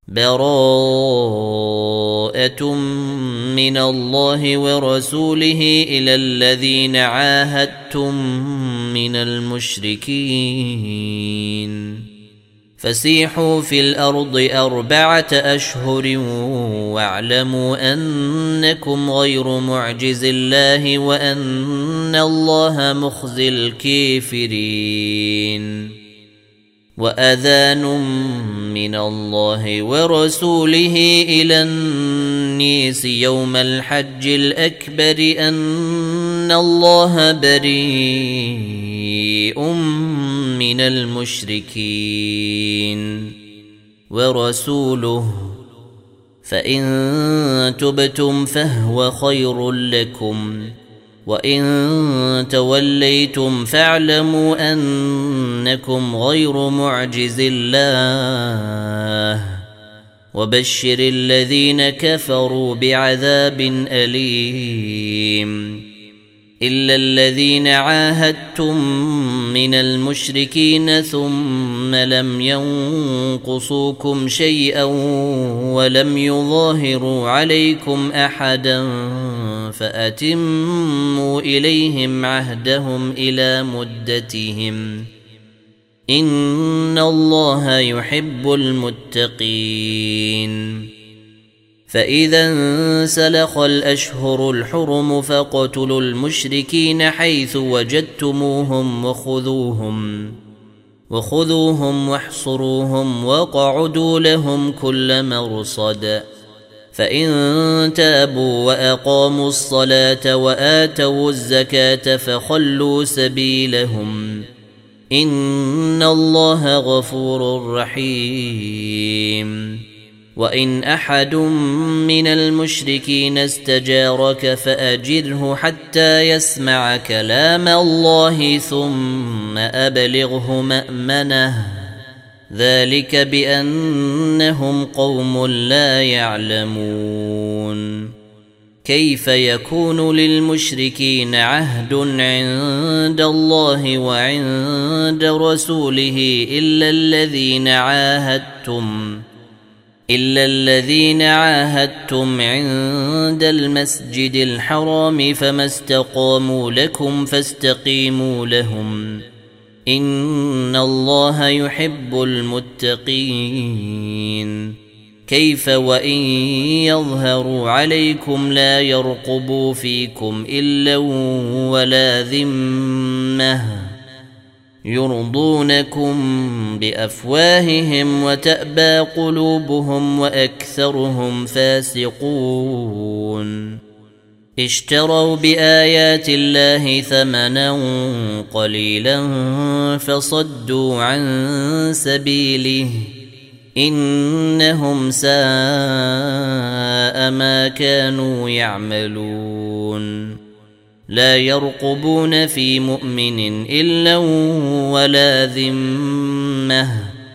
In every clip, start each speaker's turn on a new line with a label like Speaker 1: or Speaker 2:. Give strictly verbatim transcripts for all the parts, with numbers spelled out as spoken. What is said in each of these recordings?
Speaker 1: براءة من الله ورسوله إلى الذين عاهدتم من المشركين فسيحوا في الأرض أربعة أشهر واعلموا أنكم غير معجز الله وأن الله مخزي الكافرين وأذان من الله ورسوله إلى الناس يوم الحج الأكبر أن الله بريء من المشركين ورسوله فإن تبتم فهو خير لكم وإن توليتم فاعلموا أنكم غير معجز الله وبشر الذين كفروا بعذاب أليم إلا الذين عاهدتم من المشركين ثم لم ينقصوكم شيئا ولم يظاهروا عليكم أحدا فأتموا إليهم عهدهم إلى مدتهم إن الله يحب المتقين فإذا انسلخ الأشهر الحرم فاقتلوا المشركين حيث وجدتموهم وخذوهم وخذوهم واحصروهم واقعدوا لهم كل مرصد فإن تابوا وأقاموا الصلاة وآتوا الزكاة فخلوا سبيلهم إن الله غفور رحيم وإن أحد من المشركين استجارك فأجره حتى يسمع كلام الله ثم أبلغه مأمنه ذلك بأنهم قوم لا يعلمون كيف يكون للمشركين عهد عند الله وعند رسوله إلا الذين عاهدتم إلا الذين عاهدتم عند المسجد الحرام فما استقاموا لكم فاستقيموا لهم إن الله يحب المتقين كيف وإن يظهروا عليكم لا يرقبوا فيكم إلا ولا ذمة يرضونكم بأفواههم وتأبى قلوبهم وأكثرهم فاسقون اشتروا بآيات الله ثمنا قليلا فصدوا عن سبيله إنهم ساء ما كانوا يعملون لا يرقبون في مؤمن إلا ولا ذمة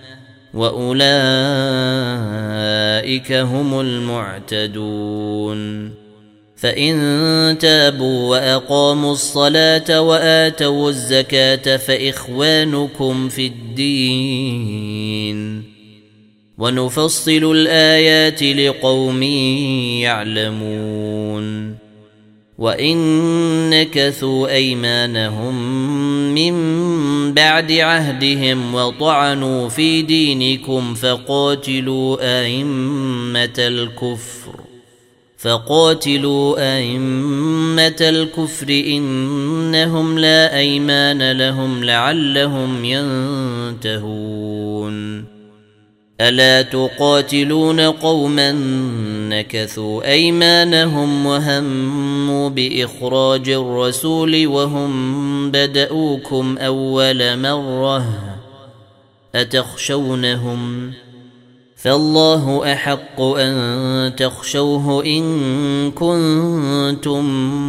Speaker 1: وأولئك هم المعتدون فإن تابوا وأقاموا الصلاة وآتوا الزكاة فإخوانكم في الدين ونفصل الآيات لقوم يعلمون وإن نكثوا أيمانهم من بعد عهدهم وطعنوا في دينكم فقاتلوا أئمة الكفر فقاتلوا أئمة الكفر إنهم لا أيمان لهم لعلهم ينتهون ألا تقاتلون قوما نكثوا أيمانهم وهموا بإخراج الرسول وهم بدؤوكم أول مرة أتخشونهم فالله أحق أن تخشوه إن كنتم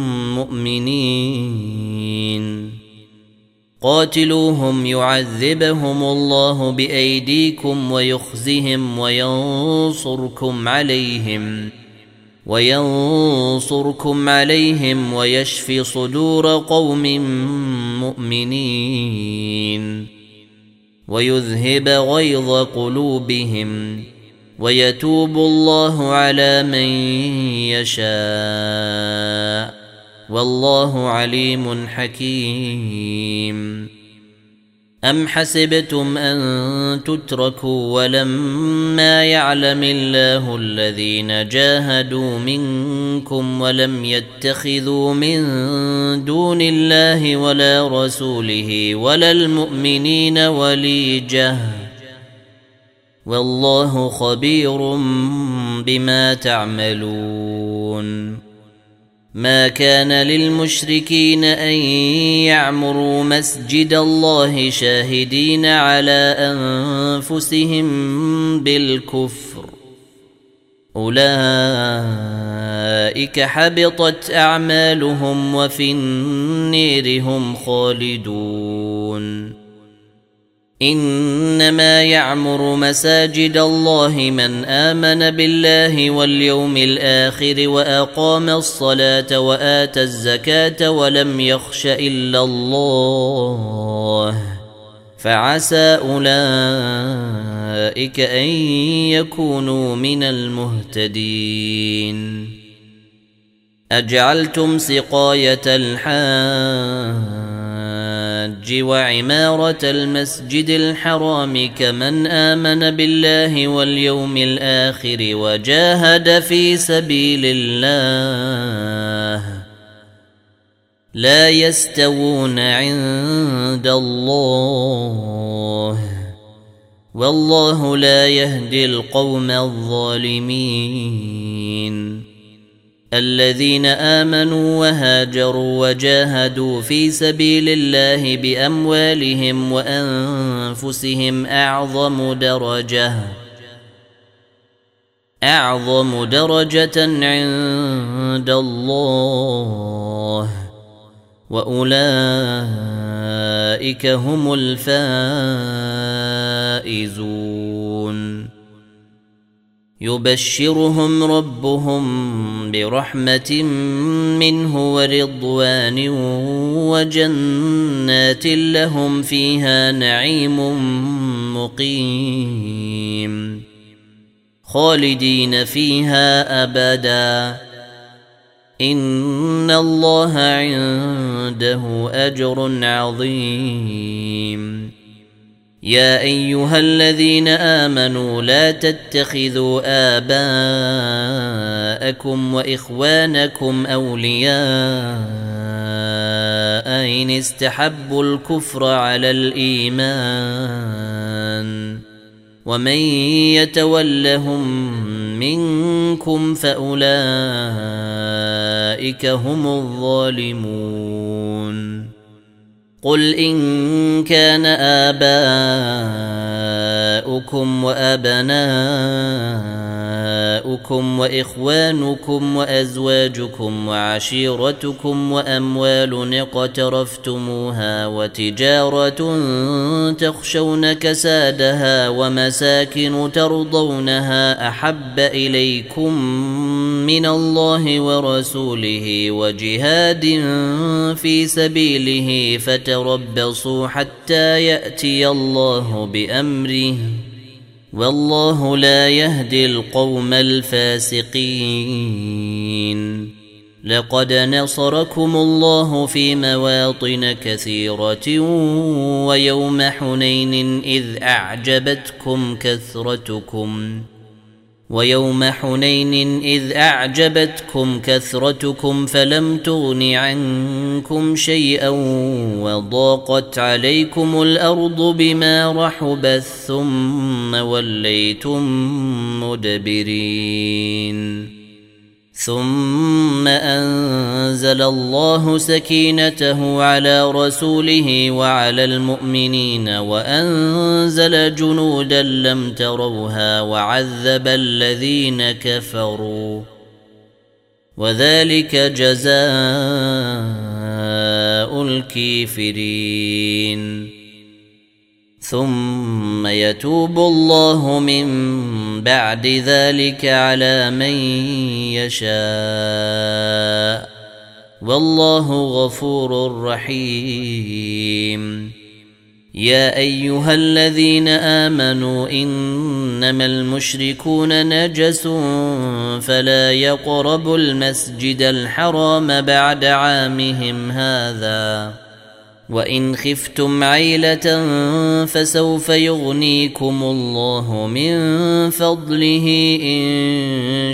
Speaker 1: مؤمنين قاتلوهم يعذبهم الله بأيديكم ويخزهم وينصركم عليهم وينصركم عليهم ويشفي صدور قوم مؤمنين ويذهب غيظ قلوبهم ويتوب الله على من يشاء والله عليم حكيم. أم حسبتم أن تتركوا ولما يعلم الله الذين جاهدوا منكم ولم يتخذوا من دون الله ولا رسوله ولا المؤمنين وليجة والله خبير بما تعملون. ما كان للمشركين أن يعمروا مسجد الله شاهدين على أنفسهم بالكفر أولئك حبطت أعمالهم وفي النير هم خالدون. إنما يعمر مساجد الله من آمن بالله واليوم الآخر وأقام الصلاة وآتى الزكاة ولم يخش إلا الله فعسى أولئك أن يكونوا من المهتدين. أجعلتم سقاية الحاج وعمارة المسجد الحرام كمن آمن بالله واليوم الآخر وجاهد في سبيل الله لا يستوون عند الله والله لا يهدي القوم الظالمين. الذين آمنوا وهاجروا وجاهدوا في سبيل الله بأموالهم وأنفسهم أعظم درجة أعظم درجة عند الله وأولئك هم الفائزون. يبشرهم ربهم برحمة منه ورضوان وجنات لهم فيها نعيم مقيم خالدين فيها أبدا إن الله عنده أجر عظيم. يا أيها الذين آمنوا لا تتخذوا آباءكم وإخوانكم أولياء إن استحبوا الكفر على الإيمان ومن يتولهم منكم فأولئك هم الظالمون. قل إن كان آباؤكم وأبناؤكم وإخوانكم وأزواجكم وعشيرتكم وأموال اقترفتموها وتجارة تخشون كسادها ومساكن ترضونها أحب إليكم من الله ورسوله وجهاد في سبيله فتربصوا حتى يأتي الله بأمره والله لا يهدي القوم الفاسقين. لقد نصركم الله في مواطن كثيرة ويوم حنين إذ أعجبتكم كثرتكم ويوم حنين إذ أعجبتكم كثرتكم فلم تغن عنكم شيئا وضاقت عليكم الأرض بما رحبت ثم وليتم مدبرين. ثم أنزل الله سكينته على رسوله وعلى المؤمنين وأنزل جنودا لم تروها وعذب الذين كفروا وذلك جزاء الكافرين. ثم يتوب الله من بعد ذلك على من يشاء والله غفور رحيم. يا أيها الذين آمنوا إنما المشركون نجس فلا يقربوا المسجد الحرام بعد عامهم هذا وإن خفتم عيلة فسوف يغنيكم الله من فضله إن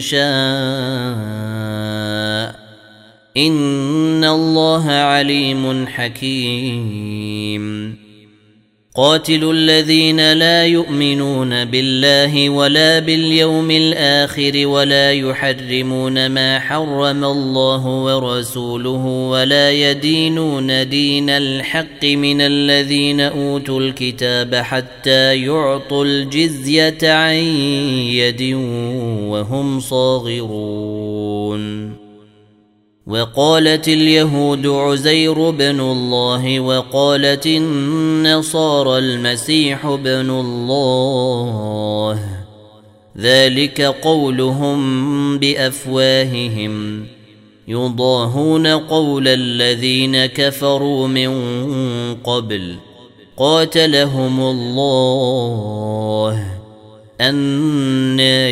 Speaker 1: شاء إن الله عليم حكيم. قاتلوا الذين لا يؤمنون بالله ولا باليوم الآخر ولا يحرمون ما حرم الله ورسوله ولا يدينون دين الحق من الذين أوتوا الكتاب حتى يعطوا الجزية عن يد وهم صاغرون. وقالت اليهود عزير بن الله وقالت النصارى المسيح بن الله ذلك قولهم بأفواههم يضاهون قول الذين كفروا من قبل قاتلهم الله أنى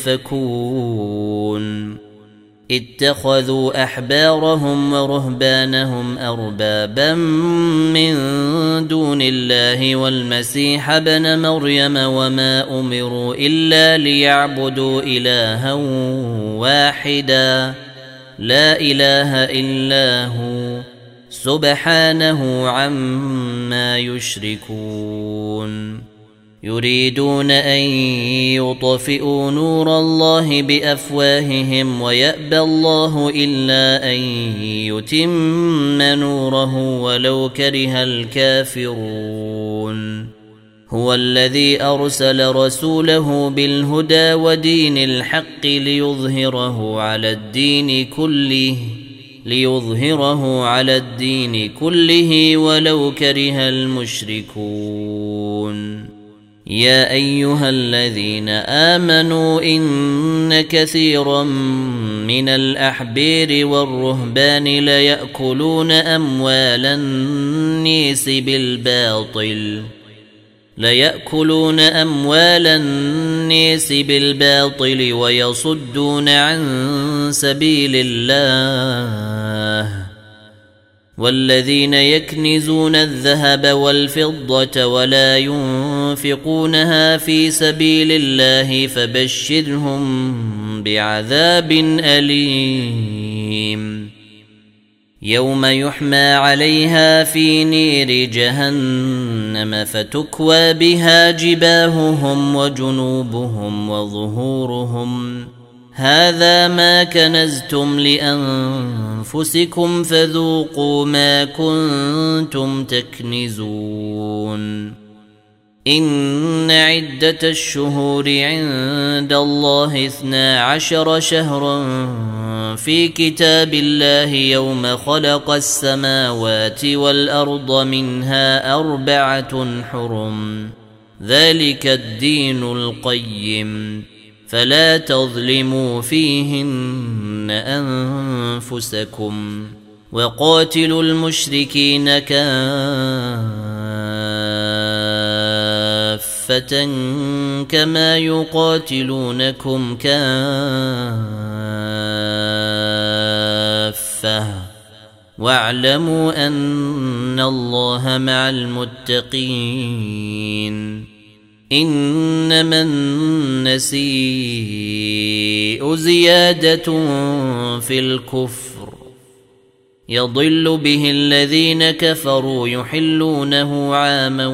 Speaker 1: يؤفكون. اتخذوا أحبارهم ورهبانهم أربابا من دون الله والمسيح ابن مريم وما أمروا إلا ليعبدوا إلها واحدا لا إله إلا هو سبحانه عما يشركون. يريدون أن يطفئوا نور الله بأفواههم ويأبى الله إلا أن يتم نوره ولو كره الكافرون. هو الذي أرسل رسوله بالهدى ودين الحق ليظهره على الدين كله ليظهره على الدين كله ولو كره المشركون. يا أيها الذين آمنوا إن كثيرا من الأحبار والرهبان ليأكلون أموال الناس بالباطل ليأكلون أموال الناس بالباطل ويصدون عن سبيل الله والذين يكنزون الذهب والفضة ولا ينفقونها في سبيل الله فبشرهم بعذاب أليم. يوم يحمى عليها في نير جهنم فتكوى بها جباههم وجنوبهم وظهورهم هذا ما كنزتم لأنفسكم فذوقوا ما كنتم تكنزون. إن عدة الشهور عند الله اثنا عشر شهرا في كتاب الله يوم خلق السماوات والأرض منها أربعة حرم ذلك الدين القيم فلا تظلموا فيهن أنفسكم وقاتلوا المشركين كافة كما يقاتلونكم كافة واعلموا أن الله مع المتقين. إنما النسيء زيادة في الكفر يضل به الذين كفروا يحلونه عاما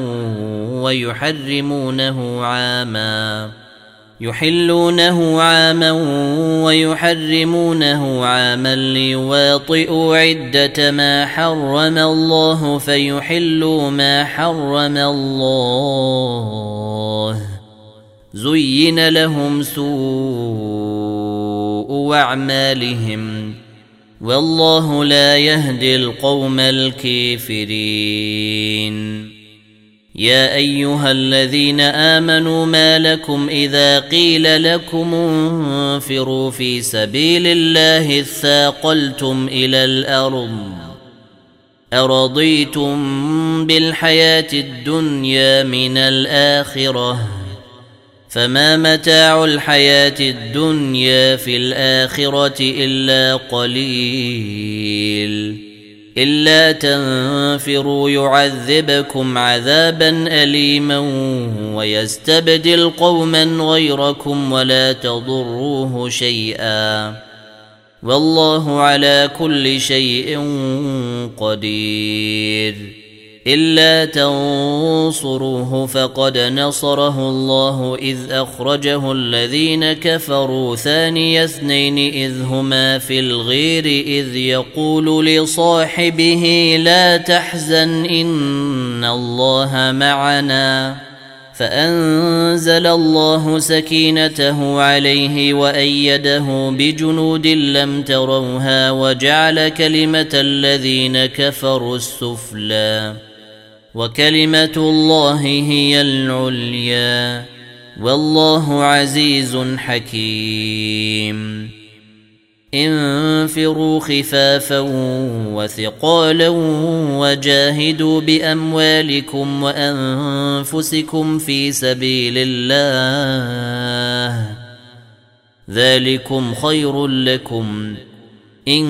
Speaker 1: ويحرمونه عاما يحلونه عاما ويحرمونه عاما ليواطئوا عدة ما حرم الله فيحلوا ما حرم الله زين لهم سوء أعمالهم والله لا يهدي القوم الكافرين. يا أيها الذين آمنوا ما لكم إذا قيل لكم انفروا في سبيل الله اثاقلتم إلى الأرض أرضيتم بالحياة الدنيا من الآخرة فما متاع الحياة الدنيا في الآخرة إلا قليل إلا تنفروا يعذبكم عذابا أليما ويستبدل قوما غيركم ولا تضروه شيئا والله على كل شيء قدير إلا تنصروه فقد نصره الله إذ أخرجه الذين كفروا ثاني اثنين إذ هما في الغير إذ يقول لصاحبه لا تحزن إن الله معنا فأنزل الله سكينته عليه وأيده بجنود لم تروها وجعل كلمة الذين كفروا السفلى وكلمة الله هي العليا والله عزيز حكيم انفروا خفافا وثقالا وجاهدوا بأموالكم وأنفسكم في سبيل الله ذلكم خير لكم إن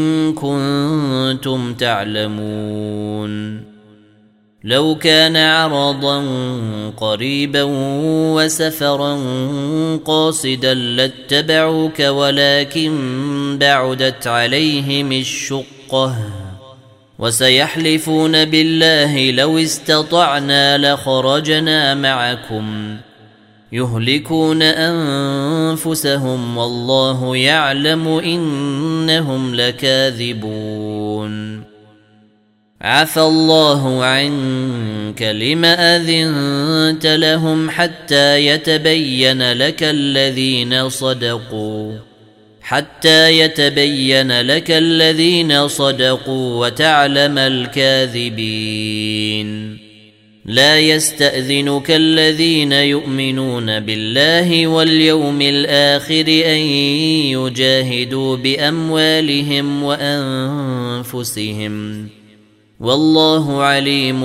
Speaker 1: كنتم تعلمون لو كان عرضا قريبا وسفرا قاصدا لاتبعوك ولكن بعدت عليهم الشقة وسيحلفون بالله لو استطعنا لخرجنا معكم يهلكون أنفسهم والله يعلم إنهم لكاذبون عفى الله عنك لم أذنت لهم حتى يتبين لك الذين صدقوا حتى يتبين لك الذين صدقوا وتعلم الكاذبين لا يستأذنك الذين يؤمنون بالله واليوم الآخر أن يجاهدوا بأموالهم وأنفسهم والله عليم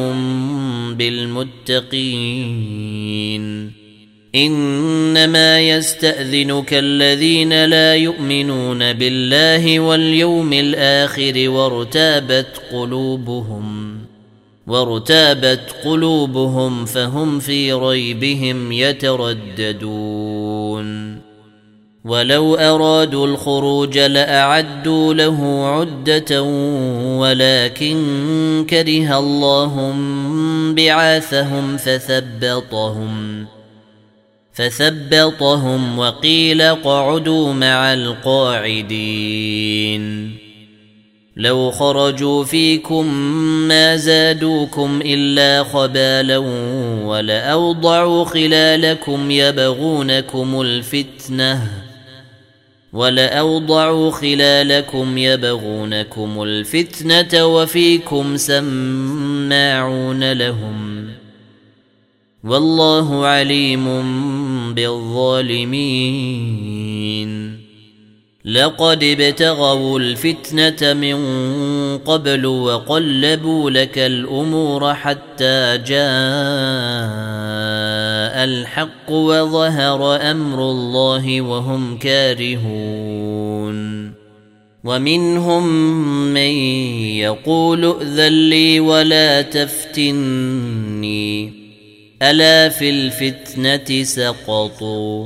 Speaker 1: بالمتقين إنما يستأذنك الذين لا يؤمنون بالله واليوم الآخر وارتابت قلوبهم وارتابت قلوبهم فهم في ريبهم يترددون ولو أرادوا الخروج لأعدوا له عدة ولكن كره الله بعاثهم فثبطهم فثبطهم وقيل اقعدوا مع القاعدين لو خرجوا فيكم ما زادوكم إلا خبالا ولأوضعوا خلالكم يبغونكم الفتنة ولأوضعوا خلالكم يبغونكم الفتنة وفيكم سماعون لهم والله عليم بالظالمين لقد ابتغوا الفتنة من قبل وقلبوا لك الأمور حتى جاء الحق وظهر أمر الله وهم كارهون ومنهم من يقول ائذن لي ولا تفتني ألا في الفتنة سقطوا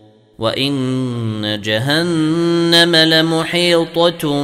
Speaker 1: وإن جهنم لمحيطة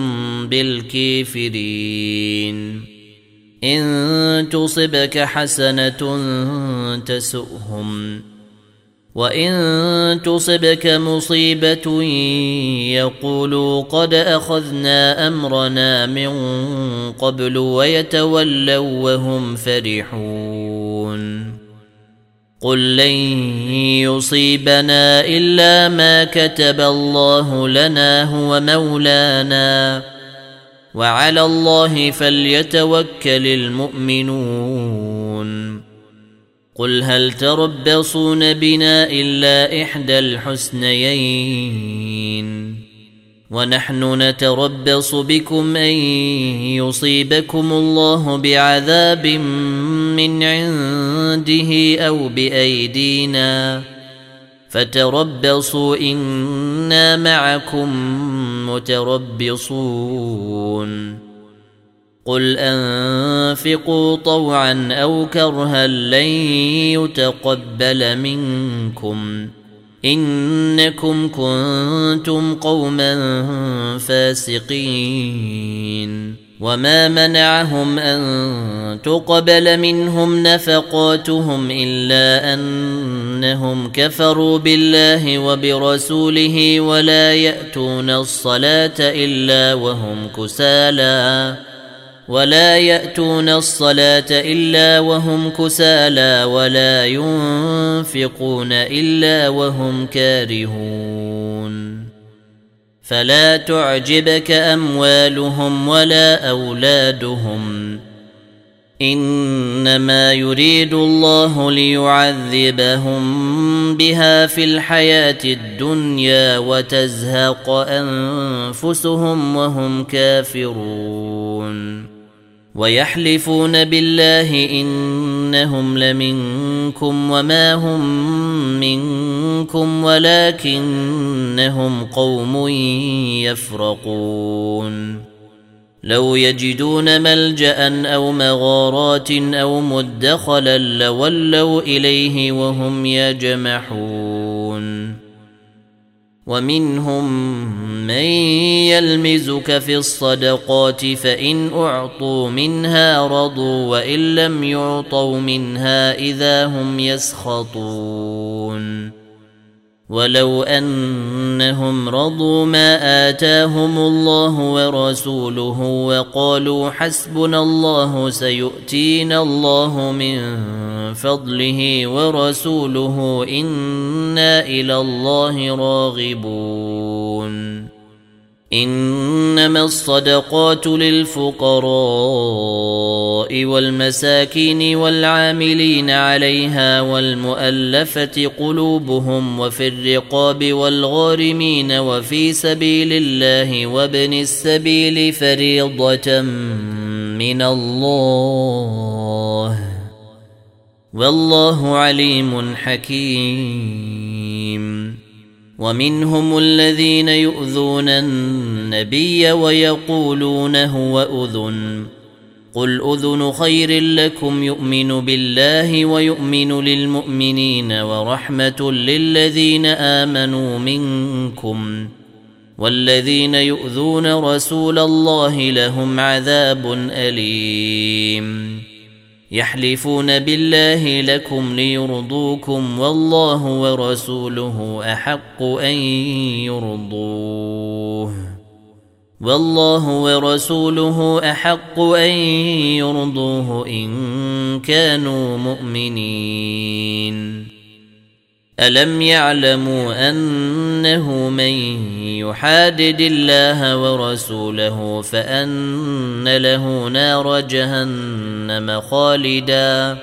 Speaker 1: بالكافرين إن تصبك حسنة تسؤهم وإن تصبك مصيبة يقولوا قد أخذنا أمرنا من قبل ويتولوا وهم فرحون قل لن يصيبنا إلا ما كتب الله لنا هو مولانا وعلى الله فليتوكل المؤمنون قل هل تربصون بنا إلا إحدى الحسنيين ونحن نتربص بكم أن يصيبكم الله بعذاب من عنده أو بأيدينا فتربصوا إنا معكم متربصون قل أنفقوا طوعا أو كرها لن يتقبل منكم إنكم كنتم قوما فاسقين وما منعهم أن تقبل منهم نفقاتهم إلا أنهم كفروا بالله وبرسوله ولا يأتون الصلاة إلا وهم كسالى ولا يأتون الصلاة إلا وهم كسالى ولا ينفقون إلا وهم كارهون فلا تعجبك أموالهم ولا أولادهم إنما يريد الله ليعذبهم بها في الحياة الدنيا وتزهق أنفسهم وهم كافرون ويحلفون بالله إنهم لمنكم وما هم منكم ولكنهم قوم يفرقون لو يجدون ملجأ أو مغارات أو مدخلا لولوا إليه وهم يجمحون ومنهم من يلمزك في الصدقات فإن أعطوا منها رضوا وإن لم يعطوا منها إذا هم يسخطون ولو أنهم رضوا ما آتاهم الله ورسوله وقالوا حسبنا الله سيؤتينا الله من فضله ورسوله إنا إلى الله راغبون إنما الصدقات للفقراء والمساكين والعاملين عليها والمؤلفة قلوبهم وفي الرقاب والغارمين وفي سبيل الله وابن السبيل فريضة من الله والله عليم حكيم ومنهم الذين يؤذون النبي ويقولون هو أذن قل أذن خير لكم يؤمن بالله ويؤمن للمؤمنين ورحمة للذين آمنوا منكم والذين يؤذون رسول الله لهم عذاب أليم يحلفون بالله لكم ليرضوكم والله ورسوله أحق أن يرضوه والله ورسوله أحق أن يرضوه إن كانوا مؤمنين ألم يعلموا أنه من يحادد الله ورسوله فأن له نار جهنم خالدا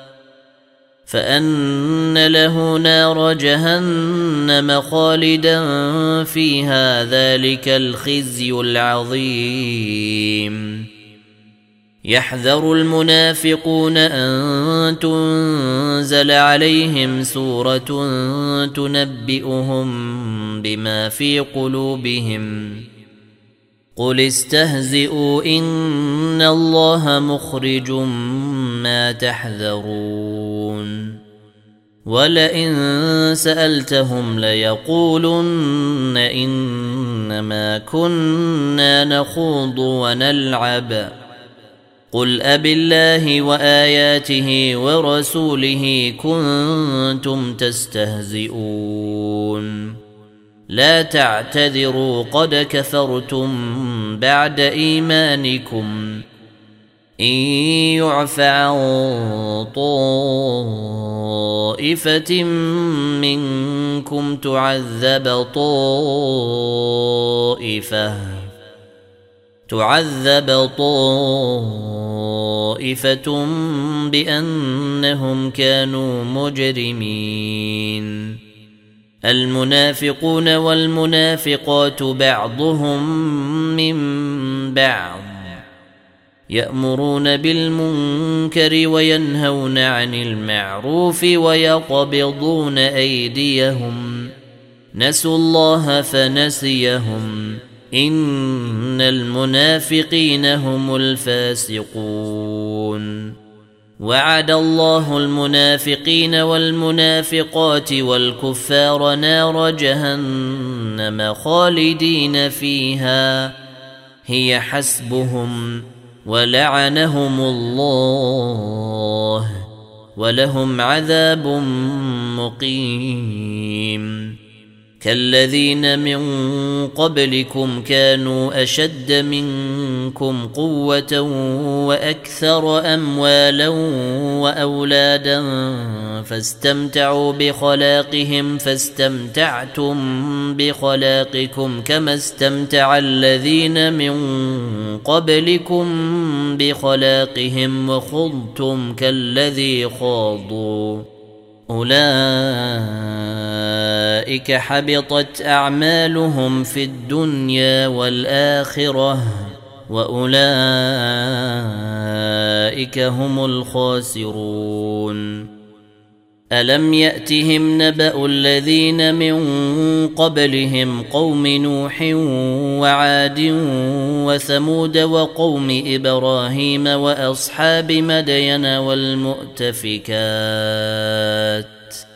Speaker 1: فأن له نار جهنم خالدا فيها ذلك الخزي العظيم يحذر المنافقون أن تنزل عليهم سورة تنبئهم بما في قلوبهم قل استهزئوا إن الله مخرج ما تحذرون ولئن سألتهم ليقولن إنما كنا نخوض ونلعب قل أبالله وآياته ورسوله كنتم تستهزئون لا تعتذروا قد كفرتم بعد إيمانكم إن يعف عن طائفة منكم تعذب طائفة تعذب طائفة بأنهم كانوا مجرمين المنافقون والمنافقات بعضهم من بعض يأمرون بالمنكر وينهون عن المعروف ويقبضون أيديهم نسوا الله فنسيهم إن المنافقين هم الفاسقون وعد الله المنافقين والمنافقات والكفار نار جهنم خالدين فيها هي حسبهم ولعنهم الله ولهم عذاب مقيم كالذين من قبلكم كانوا أشد منكم قوة وأكثر أموالا وأولادا فاستمتعوا بخلاقهم فاستمتعتم بخلاقكم كما استمتع الذين من قبلكم بخلاقهم وخضتم كالذي خاضوا أولئك حبطت أعمالهم في الدنيا والآخرة وأولئك هم الخاسرون ألم يأتهم نبأ الذين من قبلهم قوم نوح وعاد وثمود وقوم إبراهيم وأصحاب مدين والمؤتفكات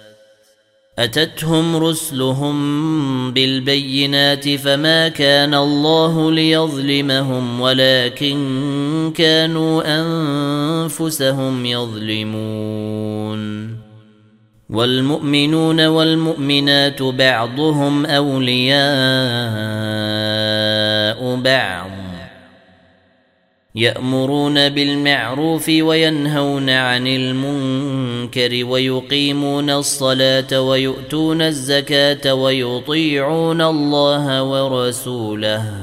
Speaker 1: أتتهم رسلهم بالبينات فما كان الله ليظلمهم ولكن كانوا أنفسهم يظلمون والمؤمنون والمؤمنات بعضهم أولياء بعض يأمرون بالمعروف وينهون عن المنكر ويقيمون الصلاة ويؤتون الزكاة ويطيعون الله ورسوله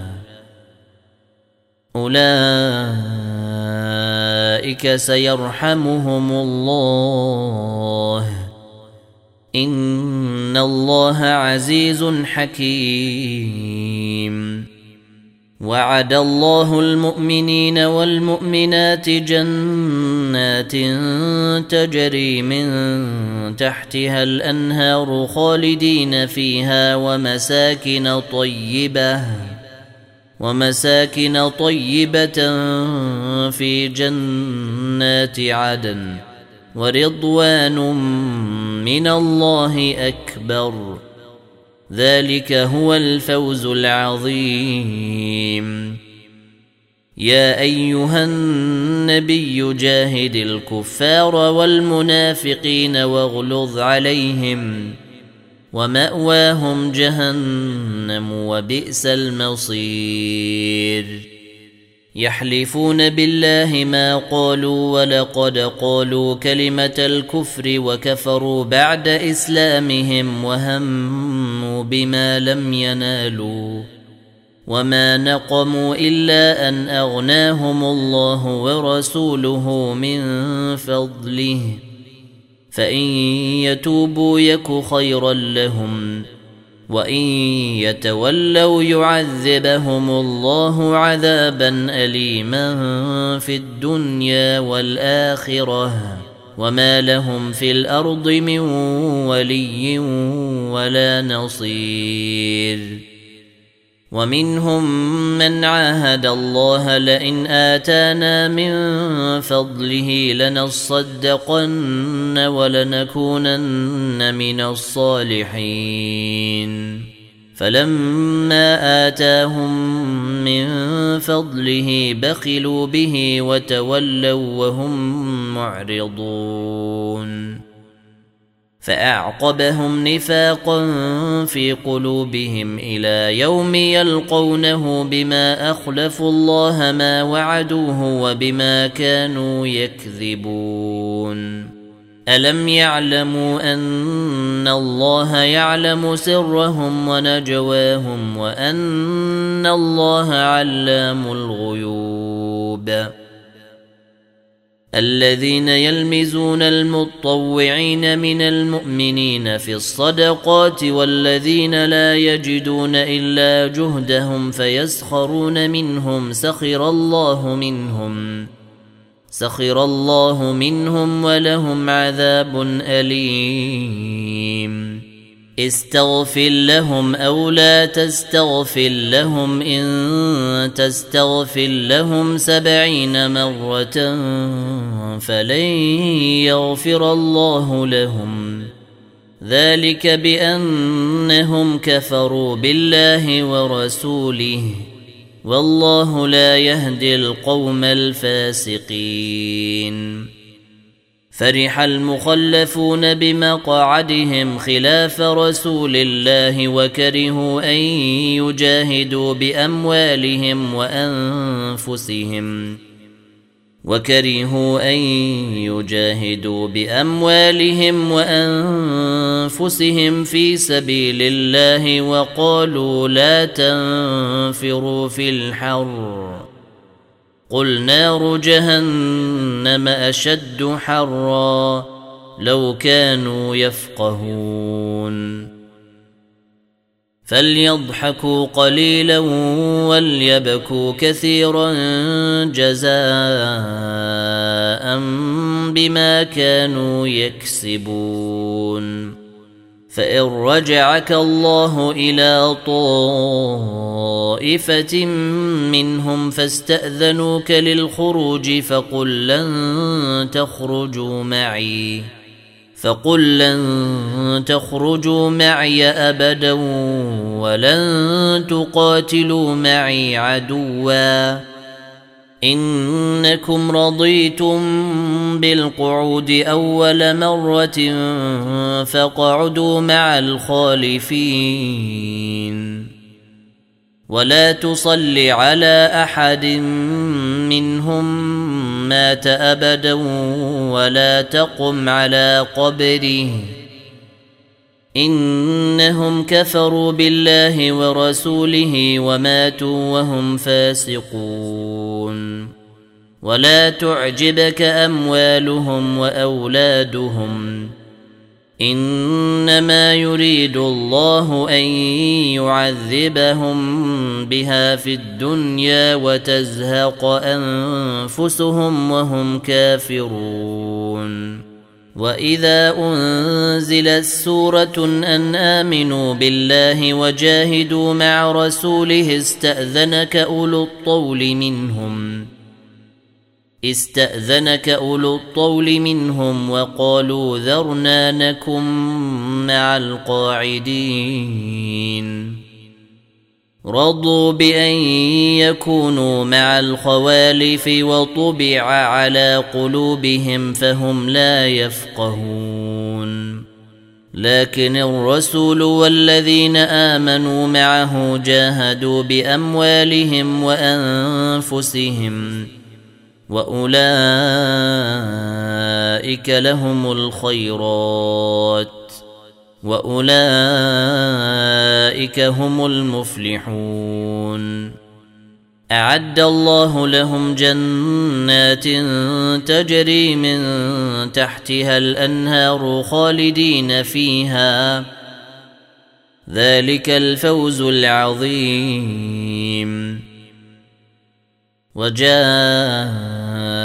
Speaker 1: أولئك سيرحمهم الله إن الله عزيز حكيم وعد الله المؤمنين والمؤمنات جنات تجري من تحتها الأنهار خالدين فيها ومساكن طيبة ومساكن طيبة في جنات عدن ورضوان من الله أكبر ذلك هو الفوز العظيم يا أيها النبي جاهد الكفار والمنافقين واغلظ عليهم ومأواهم جهنم وبئس المصير يحلفون بالله ما قالوا ولقد قالوا كلمة الكفر وكفروا بعد إسلامهم وهموا بما لم ينالوا وما نقموا إلا أن أغناهم الله ورسوله من فضله فإن يتوبوا يك خيرا لهم وإن يتولوا يعذبهم الله عذابا أليما في الدنيا والآخرة وما لهم في الأرض من ولي ولا نصير ومنهم من عاهد الله لئن آتانا من فضله لنصدقن ولنكونن من الصالحين فلما آتاهم من فضله بخلوا به وتولوا وهم معرضون فأعقبهم نفاقا في قلوبهم إلى يوم يلقونه بما أخلفوا الله ما وعدوه وبما كانوا يكذبون ألم يعلموا أن الله يعلم سرهم ونجواهم وأن الله علام الغيوب الذين يلمزون المطوعين من المؤمنين في الصدقات والذين لا يجدون إلا جهدهم فيسخرون منهم سخر الله منهم سخر الله منهم ولهم عذاب أليم استغفر لهم أو لا تستغفر لهم إن تستغفر لهم سبعين مرة فلن يغفر الله لهم ذلك بأنهم كفروا بالله ورسوله والله لا يهدي القوم الفاسقين فرح المخلفون بمقعدهم خلاف رسول الله وكرهوا أن يجاهدوا بأموالهم وأنفسهم وكرهوا أن يجاهدوا بأموالهم وأنفسهم في سبيل الله وقالوا لا تنفروا في الحر قل نار جهنم أشد حرا لو كانوا يفقهون فليضحكوا قليلا وليبكوا كثيرا جزاء بما كانوا يكسبون فإن رجعك الله إلى طائفة منهم فاستأذنوك للخروج فقل لن تخرجوا معي فقل لن تخرجوا معي أبدا ولن تقاتلوا معي عدوا إنكم رضيتم بالقعود أول مرة فاقعدوا مع الخالفين ولا تصل على أحد منهم مات أبدا ولا تقم على قبره إنهم كفروا بالله ورسوله وماتوا وهم فاسقون ولا تعجبك أموالهم وأولادهم إنما يريد الله أن يعذبهم بها في الدنيا وتزهق أنفسهم وهم كافرون وإذا أنزلت سورة أن آمنوا بالله وجاهدوا مع رسوله استأذنك أولو الطول منهم استأذنك أولو الطول منهم وقالوا ذرنا نكن مع القاعدين رضوا بأن يكونوا مع الخوالف وطبع على قلوبهم فهم لا يفقهون لكن الرسول والذين آمنوا معه جاهدوا بأموالهم وأنفسهم وأولئك لهم الخيرات وأولئك هم المفلحون أعد الله لهم جنات تجري من تحتها الأنهار خالدين فيها ذلك الفوز العظيم وجاء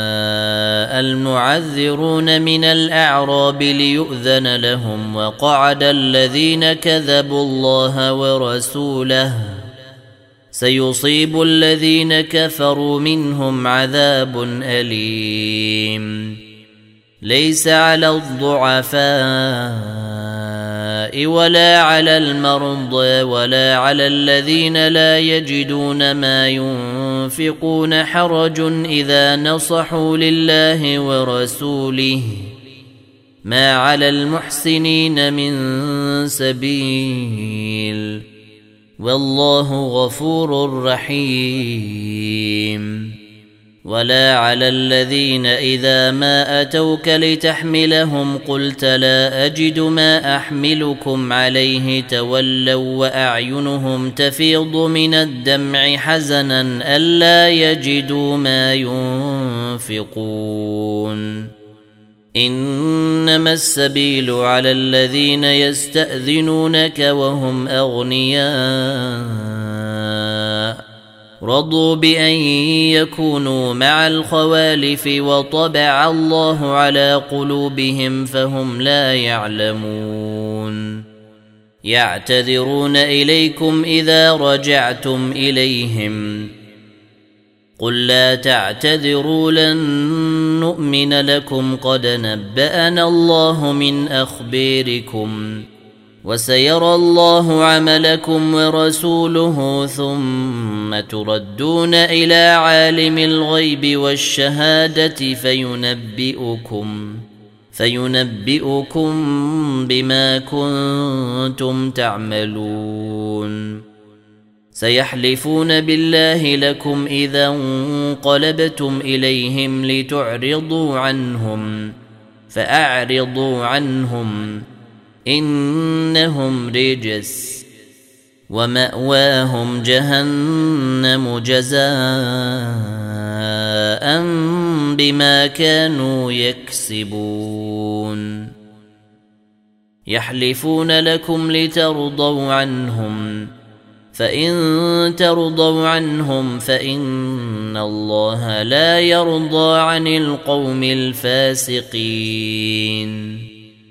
Speaker 1: المعذرون من الأعراب ليؤذن لهم وقعد الذين كذبوا الله ورسوله سيصيب الذين كفروا منهم عذاب أليم ليس على الضعفاء ولا على المرضى ولا على الذين لا يجدون ما ينفقون حرج إذا نصحوا لله ورسوله ما على المحسنين من سبيل والله غفور رحيم ولا على الذين إذا ما أتوك لتحملهم قلت لا أجد ما أحملكم عليه تولوا وأعينهم تفيض من الدمع حزنا ألا يجدوا ما ينفقون إنما السبيل على الذين يستأذنونك وهم أغنياء رضوا بأن يكونوا مع الخوالف وطبع الله على قلوبهم فهم لا يعلمون يعتذرون إليكم إذا رجعتم إليهم قل لا تعتذروا لن نؤمن لكم قد نبأنا الله من أخباركم وسيرى الله عملكم ورسوله ثم تردون إلى عالم الغيب والشهادة فينبئكم فينبئكم بما كنتم تعملون سيحلفون بالله لكم إذا انقلبتم إليهم لتعرضوا عنهم فأعرضوا عنهم إنهم رجس ومأواهم جهنم جزاء بما كانوا يكسبون يحلفون لكم لترضوا عنهم فإن ترضوا عنهم فإن الله لا يرضى عن القوم الفاسقين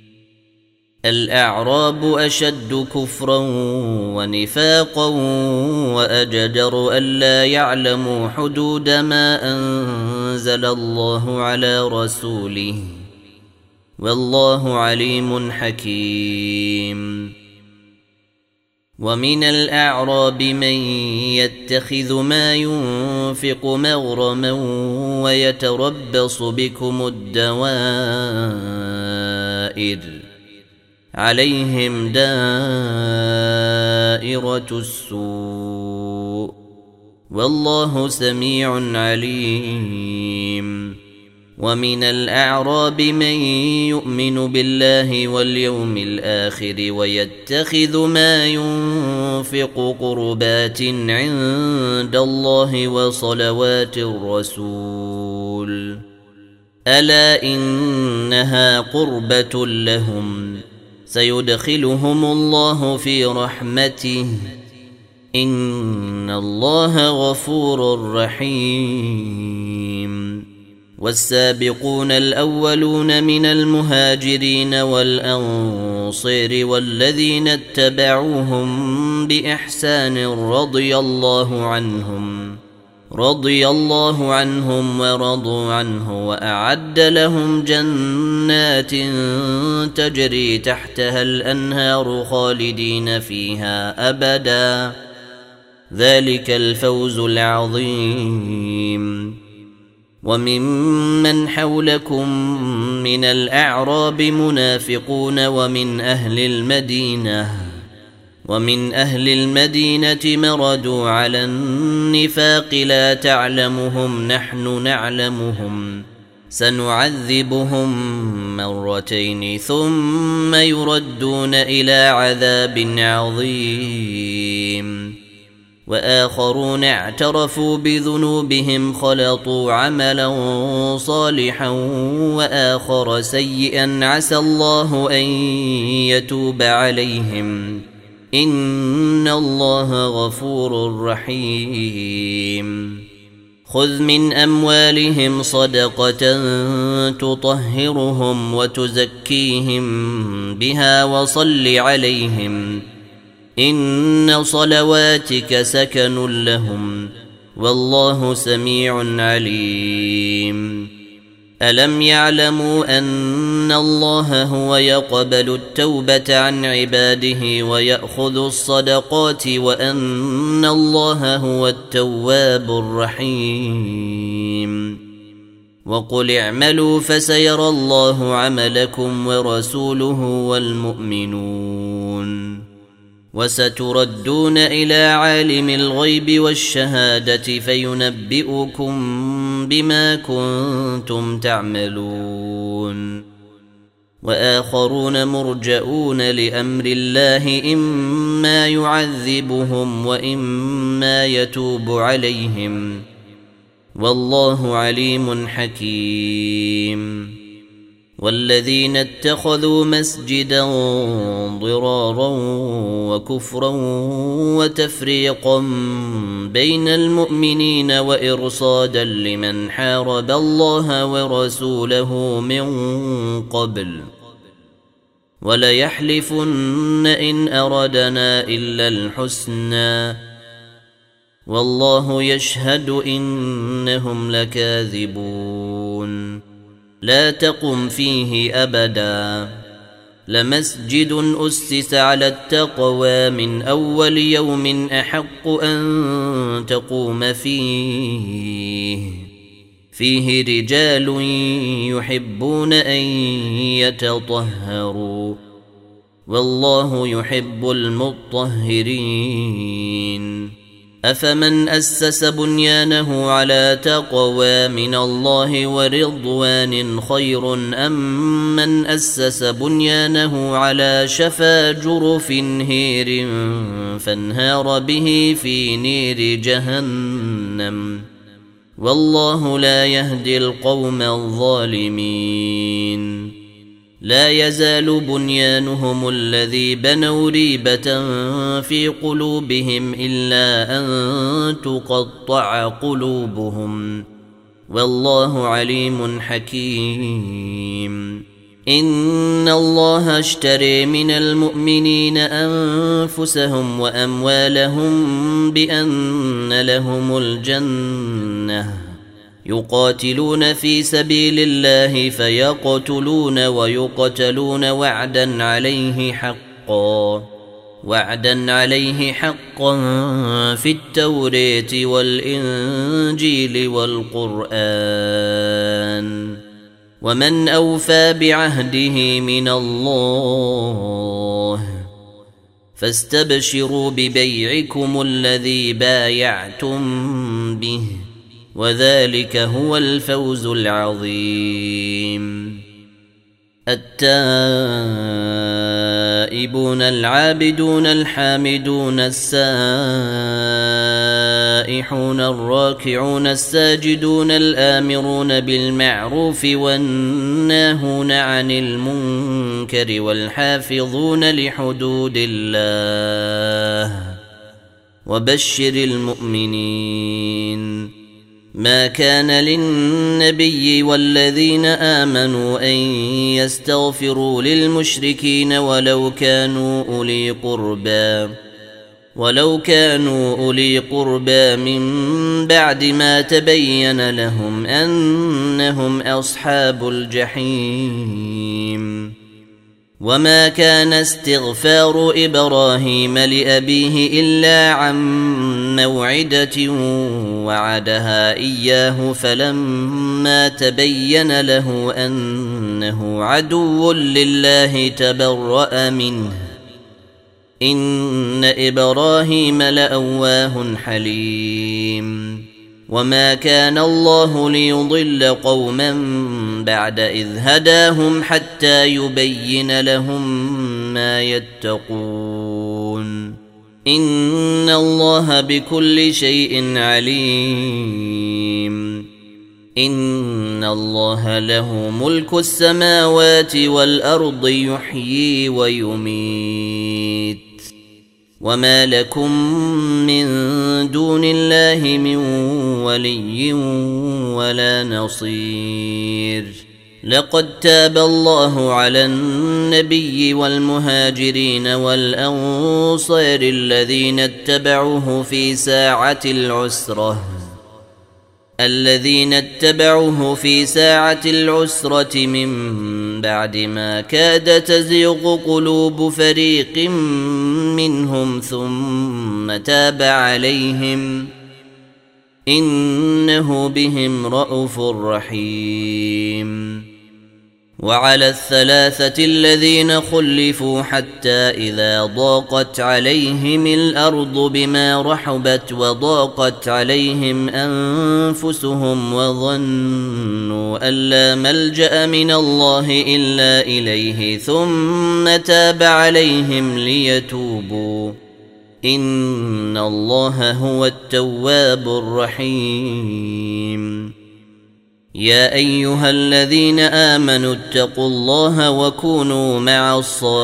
Speaker 1: الأعراب أشد كفرا ونفاقا وأجدر ألا يعلموا حدود ما أنزل الله على رسوله والله عليم حكيم ومن الأعراب من يتخذ ما ينفق مغرما ويتربص بكم الدوائر عليهم دائرة السوء والله سميع عليم ومن الأعراب من يؤمن بالله واليوم الآخر ويتخذ ما ينفق قربات عند الله وصلوات الرسول ألا إنها قربة لهم سيدخلهم الله في رحمته إن الله غفور رحيم والسابقون الأولون من المهاجرين والأنصار والذين اتبعوهم بإحسان رضي الله عنهم رضي الله عنهم ورضوا عنه وأعد لهم جنات تجري تحتها الأنهار خالدين فيها أبدا ذلك الفوز العظيم وممن حولكم من الأعراب منافقون ومن أهل المدينة ومن أهل المدينة مردوا على النفاق لا تعلمهم نحن نعلمهم سنعذبهم مرتين ثم يردون إلى عذاب عظيم وآخرون اعترفوا بذنوبهم خلطوا عملا صالحا وآخر سيئا عسى الله أن يتوب عليهم إن الله غفور رحيم خذ من أموالهم صدقة تطهرهم وتزكيهم بها وصل عليهم إن صلواتك سكن لهم والله سميع عليم ألم يعلموا أن الله هو يقبل التوبة عن عباده ويأخذ الصدقات وأن الله هو التواب الرحيم وقل اعملوا فسيرى الله عملكم ورسوله والمؤمنون وستردون إلى عالم الغيب والشهادة فينبئكم بما كنتم تعملون وآخرون مرجؤون لأمر الله إما يعذبهم وإما يتوب عليهم والله عليم حكيم والذين اتخذوا مسجدا ضرارا وكفرا وتفريقا بين المؤمنين وإرصادا لمن حارب الله ورسوله من قبل وليحلفن إن أردنا إلا الحسنى والله يشهد إنهم لكاذبون لا تقم فيه أبدا لمسجد أسس على التقوى من أول يوم أحق أن تقوم فيه فيه رجال يحبون أن يتطهروا والله يحب المطهرين أفمن أسس بنيانه على تقوى من الله ورضوان خير أم من أسس بنيانه على شفا جرف هير فانهار به في نير جهنم والله لا يهدي القوم الظالمين لا يزال بنيانهم الذي بنوا ريبة في قلوبهم إلا أن تقطع قلوبهم والله عليم حكيم إن الله اشتري من المؤمنين أنفسهم وأموالهم بأن لهم الجنة يقاتلون في سبيل الله فيقتلون ويقتلون وعدا عليه حقا وعدا عليه حقا في التوراة والإنجيل والقرآن ومن أوفى بعهده من الله فاستبشروا ببيعكم الذي بايعتم به وذلك هو الفوز العظيم التائبون العابدون الحامدون السائحون الراكعون الساجدون الآمرون بالمعروف والناهون عن المنكر والحافظون لحدود الله وبشر المؤمنين ما كان للنبي والذين آمنوا أن يستغفروا للمشركين ولو كانوا أولي قربى ولو كانوا أولي قربى من بعد ما تبين لهم أنهم أصحاب الجحيم وما كان استغفار إبراهيم لأبيه إلا عن موعدة وعدها إياه فلما تبين له أنه عدو لله تبرأ منه إن إبراهيم لأواه حليم وما كان الله ليضل قوما بعد إذ هداهم حتى يبين لهم ما يتقون إن الله بكل شيء عليم إن الله له ملك السماوات والأرض يحيي ويميت وما لكم من دون الله من ولي ولا نصير لقد تاب الله على النبي والمهاجرين والأنصار الذين اتبعوه في ساعة العسرة الذين اتبعوه في ساعة العسرة من بعد ما كاد تزيغ قلوب فريق منهم ثم تاب عليهم إنه بهم رءوف رحيم وعلى الثلاثة الذين خلفوا حتى إذا ضاقت عليهم الأرض بما رحبت وضاقت عليهم أنفسهم وظنوا أن لا ملجأ من الله إلا إليه ثم تاب عليهم ليتوبوا إن الله هو التواب الرحيم. يا أيها الذين آمنوا اتقوا الله وكونوا مع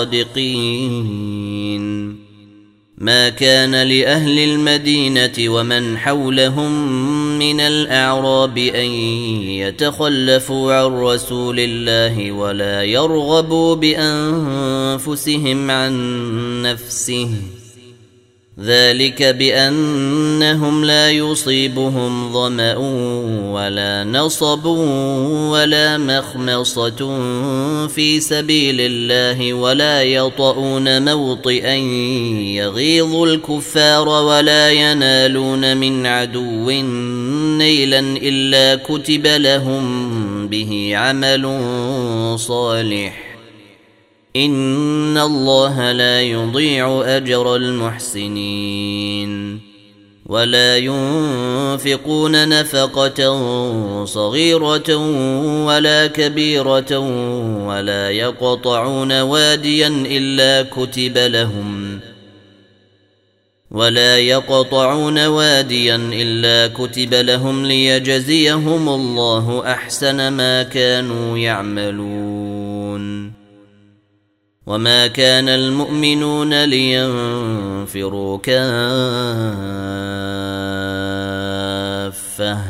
Speaker 1: الصادقين. ما كان لأهل المدينة ومن حولهم من الأعراب أن يتخلفوا عن رسول الله ولا يرغبوا بأنفسهم عن نفسه، ذلك بأنهم لا يصيبهم ظمأ ولا نصب ولا مخمصة في سبيل الله ولا يطؤون موطئا يغيظ الكفار ولا ينالون من عدو نيلا إلا كتب لهم به عمل صالح إن الله لا يضيع أجر المحسنين. ولا ينفقون نفقة صغيرة ولا كبيرة ولا يقطعون واديا إلا كتب لهم ولا يقطعون واديا إلا كتب لهم ليجزيهم الله أحسن ما كانوا يعملون. وما كان المؤمنون لينفروا كافة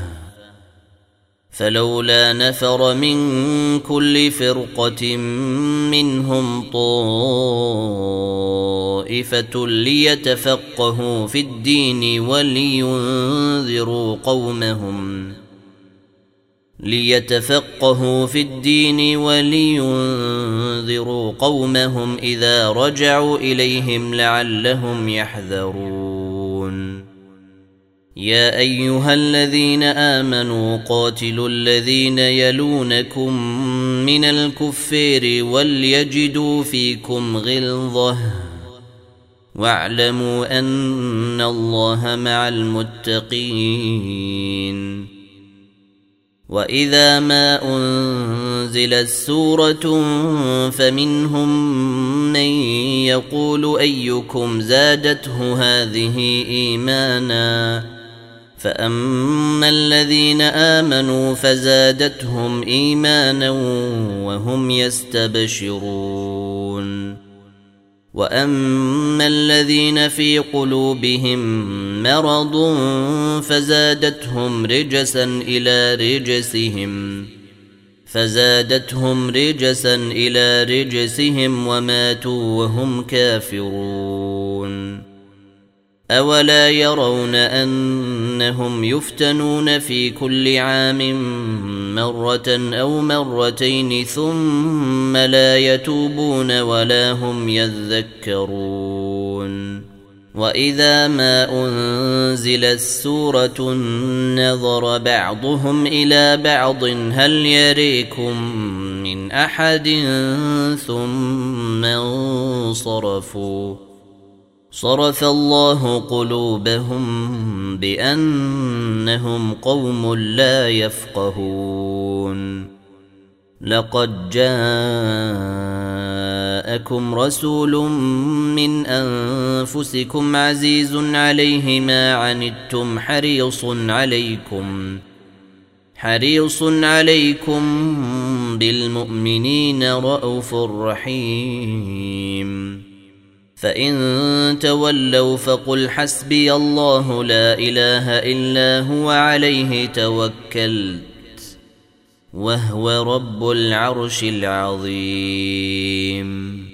Speaker 1: فلولا نفر من كل فرقة منهم طائفة ليتفقهوا في الدين ولينذروا قومهم ليتفقهوا في الدين ولينذروا قومهم إذا رجعوا إليهم لعلهم يحذرون. يا أيها الذين آمنوا قاتلوا الذين يلونكم من الكفار وليجدوا فيكم غلظة واعلموا أن الله مع المتقين. وإذا ما أنزلت سورة فمنهم من يقول أيكم زادته هذه إيمانا فأما الذين آمنوا فزادتهم إيمانا وهم يستبشرون. وأما الذين في قلوبهم مرض فزادتهم رجسا إلى رجسهم فزادتهم رجسا إلى رجسهم وماتوا وهم كافرون. أولا يرون أنهم يفتنون في كل عام مرة أو مرتين ثم لا يتوبون ولا هم يذكرون. وإذا ما أنزلت سورة نظر بعضهم إلى بعض هل يريكم من أحد ثم انصرفوا صرف الله قلوبهم بأنهم قوم لا يفقهون. لقد جاءكم رسول من أنفسكم عزيز عليه ما عنتم حريص عليكم حريص عليكم بالمؤمنين رءوف رحيم. فإن تولوا فقل حسبي الله لا إله إلا هو عليه توكلت وهو رب العرش العظيم.